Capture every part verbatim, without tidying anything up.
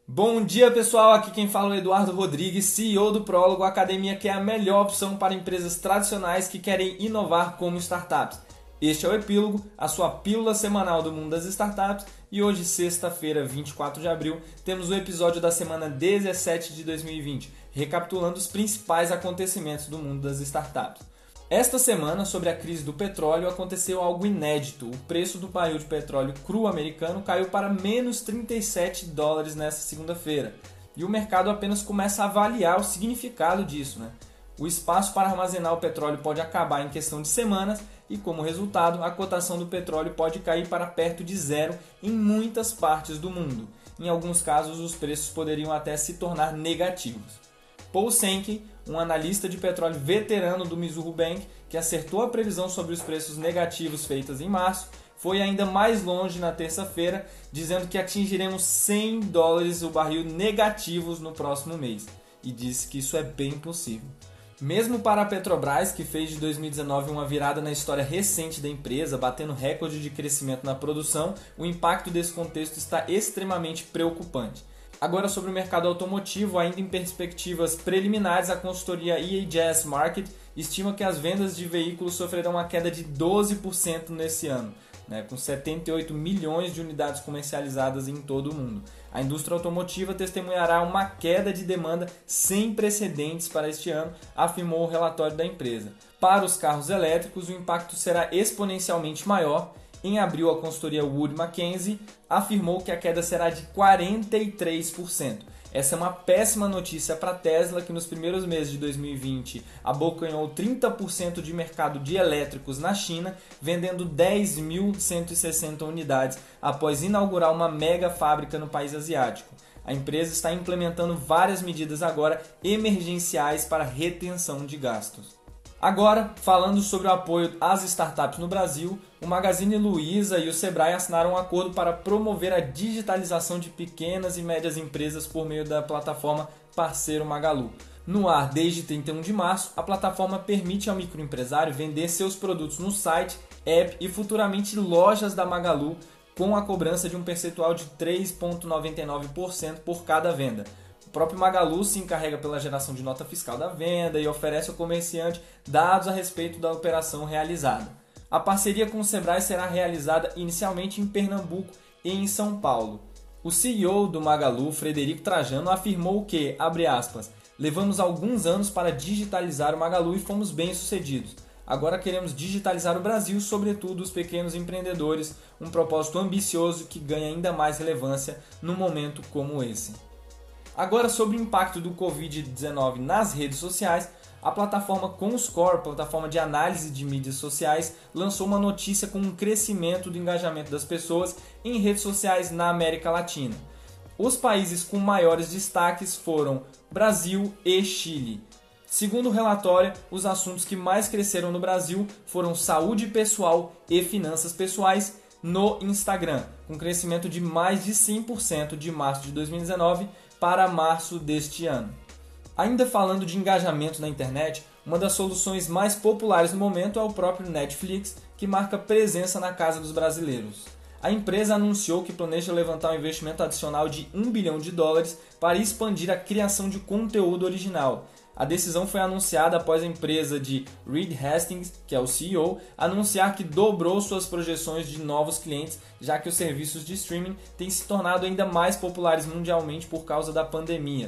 Bom dia pessoal, aqui quem fala é o Eduardo Rodrigues, C E O do Prólogo, a academia que é a melhor opção para empresas tradicionais que querem inovar como startups. Este é o Epílogo, a sua pílula semanal do mundo das startups, e hoje, sexta-feira, vinte e quatro de abril, temos o episódio da semana dezessete de dois mil e vinte, recapitulando os principais acontecimentos do mundo das startups. Esta semana, sobre a crise do petróleo, aconteceu algo inédito. O preço do barril de petróleo cru americano caiu para menos trinta e sete dólares nesta segunda-feira. E o mercado apenas começa a avaliar o significado disso, né? O espaço para armazenar o petróleo pode acabar em questão de semanas e, como resultado, a cotação do petróleo pode cair para perto de zero em muitas partes do mundo. Em alguns casos, os preços poderiam até se tornar negativos. Paul Sankey, um analista de petróleo veterano do Mizuho Bank, que acertou a previsão sobre os preços negativos feitas em março, foi ainda mais longe na terça-feira, dizendo que atingiremos cem dólares o barril negativos no próximo mês, e disse que isso é bem possível. Mesmo para a Petrobras, que fez de dois mil e dezenove uma virada na história recente da empresa, batendo recorde de crescimento na produção, o impacto desse contexto está extremamente preocupante. Agora, sobre o mercado automotivo, ainda em perspectivas preliminares, a consultoria E A J S Market estima que as vendas de veículos sofrerão uma queda de doze por cento nesse ano, né, com setenta e oito milhões de unidades comercializadas em todo o mundo. A indústria automotiva testemunhará uma queda de demanda sem precedentes para este ano, afirmou o relatório da empresa. Para os carros elétricos, o impacto será exponencialmente maior. Em abril, a consultoria Wood Mackenzie afirmou que a queda será de quarenta e três por cento. Essa é uma péssima notícia para a Tesla, que nos primeiros meses de dois mil e vinte abocanhou trinta por cento de mercado de elétricos na China, vendendo dez mil cento e sessenta unidades após inaugurar uma mega fábrica no país asiático. A empresa está implementando várias medidas agora emergenciais para retenção de gastos. Agora, falando sobre o apoio às startups no Brasil, o Magazine Luiza e o Sebrae assinaram um acordo para promover a digitalização de pequenas e médias empresas por meio da plataforma Parceiro Magalu. No ar desde trinta e um de março, a plataforma permite ao microempresário vender seus produtos no site, app e futuramente lojas da Magalu, com a cobrança de um percentual de três vírgula noventa e nove por cento por cada venda. O próprio Magalu se encarrega pela geração de nota fiscal da venda e oferece ao comerciante dados a respeito da operação realizada. A parceria com o Sebrae será realizada inicialmente em Pernambuco e em São Paulo. O C E O do Magalu, Frederico Trajano, afirmou que, abre aspas, levamos alguns anos para digitalizar o Magalu e fomos bem-sucedidos. Agora queremos digitalizar o Brasil, sobretudo os pequenos empreendedores, um propósito ambicioso que ganha ainda mais relevância num momento como esse. Agora, sobre o impacto do covid dezenove nas redes sociais, a plataforma Comscore, plataforma de análise de mídias sociais, lançou uma notícia com um crescimento do engajamento das pessoas em redes sociais na América Latina. Os países com maiores destaques foram Brasil e Chile. Segundo o relatório, os assuntos que mais cresceram no Brasil foram saúde pessoal e finanças pessoais no Instagram, com crescimento de mais de cem por cento de março de dois mil e dezenove para março deste ano. Ainda falando de engajamento na internet, uma das soluções mais populares no momento é o próprio Netflix, que marca presença na casa dos brasileiros. A empresa anunciou que planeja levantar um investimento adicional de um bilhão de dólares para expandir a criação de conteúdo original. A decisão foi anunciada após a empresa de Reed Hastings, que é o C E O, anunciar que dobrou suas projeções de novos clientes, já que os serviços de streaming têm se tornado ainda mais populares mundialmente por causa da pandemia.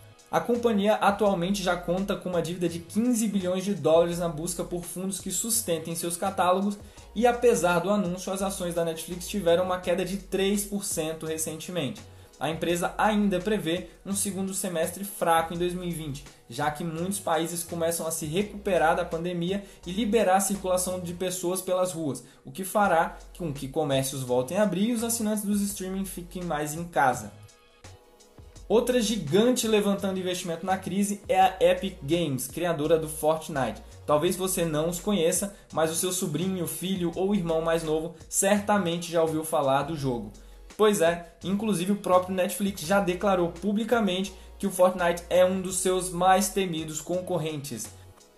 A companhia atualmente já conta com uma dívida de quinze bilhões de dólares na busca por fundos que sustentem seus catálogos e, apesar do anúncio, as ações da Netflix tiveram uma queda de três por cento recentemente. A empresa ainda prevê um segundo semestre fraco em dois mil e vinte, já que muitos países começam a se recuperar da pandemia e liberar a circulação de pessoas pelas ruas, o que fará com que comércios voltem a abrir e os assinantes dos streaming fiquem mais em casa. Outra gigante levantando investimento na crise é a Epic Games, criadora do Fortnite. Talvez você não os conheça, mas o seu sobrinho, filho ou irmão mais novo certamente já ouviu falar do jogo. Pois é, inclusive o próprio Netflix já declarou publicamente que o Fortnite é um dos seus mais temidos concorrentes.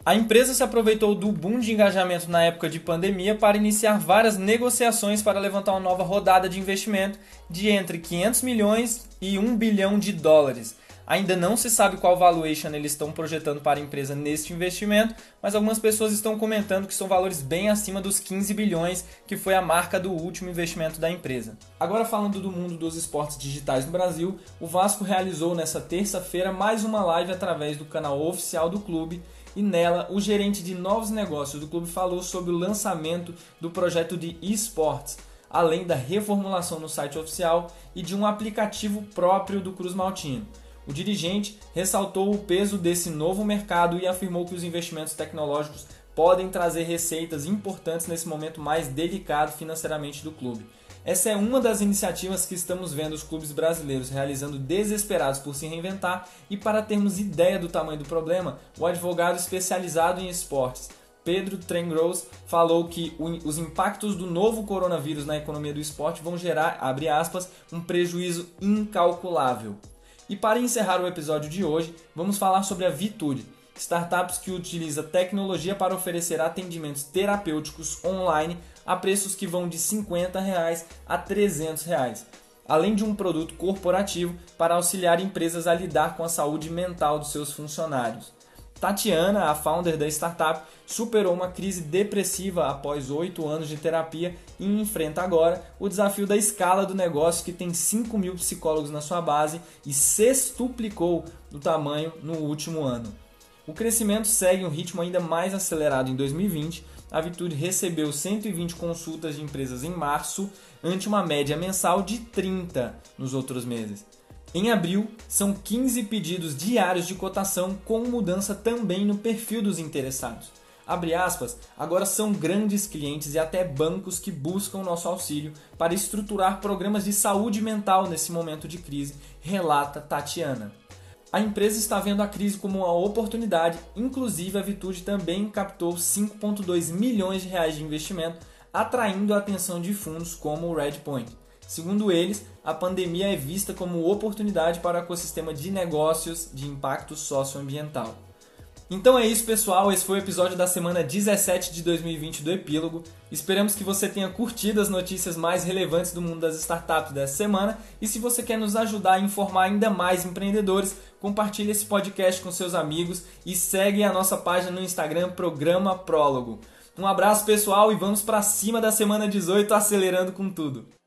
A empresa se aproveitou do boom de engajamento na época de pandemia para iniciar várias negociações para levantar uma nova rodada de investimento de entre quinhentos milhões e um bilhão de dólares. Ainda não se sabe qual valuation eles estão projetando para a empresa neste investimento, mas algumas pessoas estão comentando que são valores bem acima dos quinze bilhões, que foi a marca do último investimento da empresa. Agora, falando do mundo dos esportes digitais no Brasil, o Vasco realizou nesta terça-feira mais uma live através do canal oficial do clube, e nela o gerente de novos negócios do clube falou sobre o lançamento do projeto de esportes, além da reformulação no site oficial e de um aplicativo próprio do Cruz Maltino. O dirigente ressaltou o peso desse novo mercado e afirmou que os investimentos tecnológicos podem trazer receitas importantes nesse momento mais delicado financeiramente do clube. Essa é uma das iniciativas que estamos vendo os clubes brasileiros realizando desesperados por se reinventar, e para termos ideia do tamanho do problema, o advogado especializado em esportes, Pedro Trengros, falou que os impactos do novo coronavírus na economia do esporte vão gerar, abre aspas, um prejuízo incalculável. E para encerrar o episódio de hoje, vamos falar sobre a Vitude, startups que utiliza tecnologia para oferecer atendimentos terapêuticos online a preços que vão de cinquenta reais a trezentos reais, além de um produto corporativo para auxiliar empresas a lidar com a saúde mental dos seus funcionários. Tatiana, a founder da startup, superou uma crise depressiva após oito anos de terapia e enfrenta agora o desafio da escala do negócio, que tem cinco mil psicólogos na sua base e sextuplicou o tamanho no último ano. O crescimento segue um ritmo ainda mais acelerado em dois mil e vinte. A Vitude recebeu cento e vinte consultas de empresas em março, ante uma média mensal de trinta nos outros meses. Em abril, são quinze pedidos diários de cotação, com mudança também no perfil dos interessados. Abre aspas, agora são grandes clientes e até bancos que buscam nosso auxílio para estruturar programas de saúde mental nesse momento de crise, relata Tatiana. A empresa está vendo a crise como uma oportunidade, inclusive a Vitude também captou cinco vírgula dois milhões de reais de investimento, atraindo a atenção de fundos como o Redpoint. Segundo eles, a pandemia é vista como oportunidade para o ecossistema de negócios de impacto socioambiental. Então é isso, pessoal, esse foi o episódio da semana dezessete de dois mil e vinte do Epílogo. Esperamos que você tenha curtido as notícias mais relevantes do mundo das startups dessa semana, e se você quer nos ajudar a informar ainda mais empreendedores, compartilhe esse podcast com seus amigos e segue a nossa página no Instagram, Programa Prólogo. Um abraço, pessoal, e vamos para cima da semana dezoito, acelerando com tudo!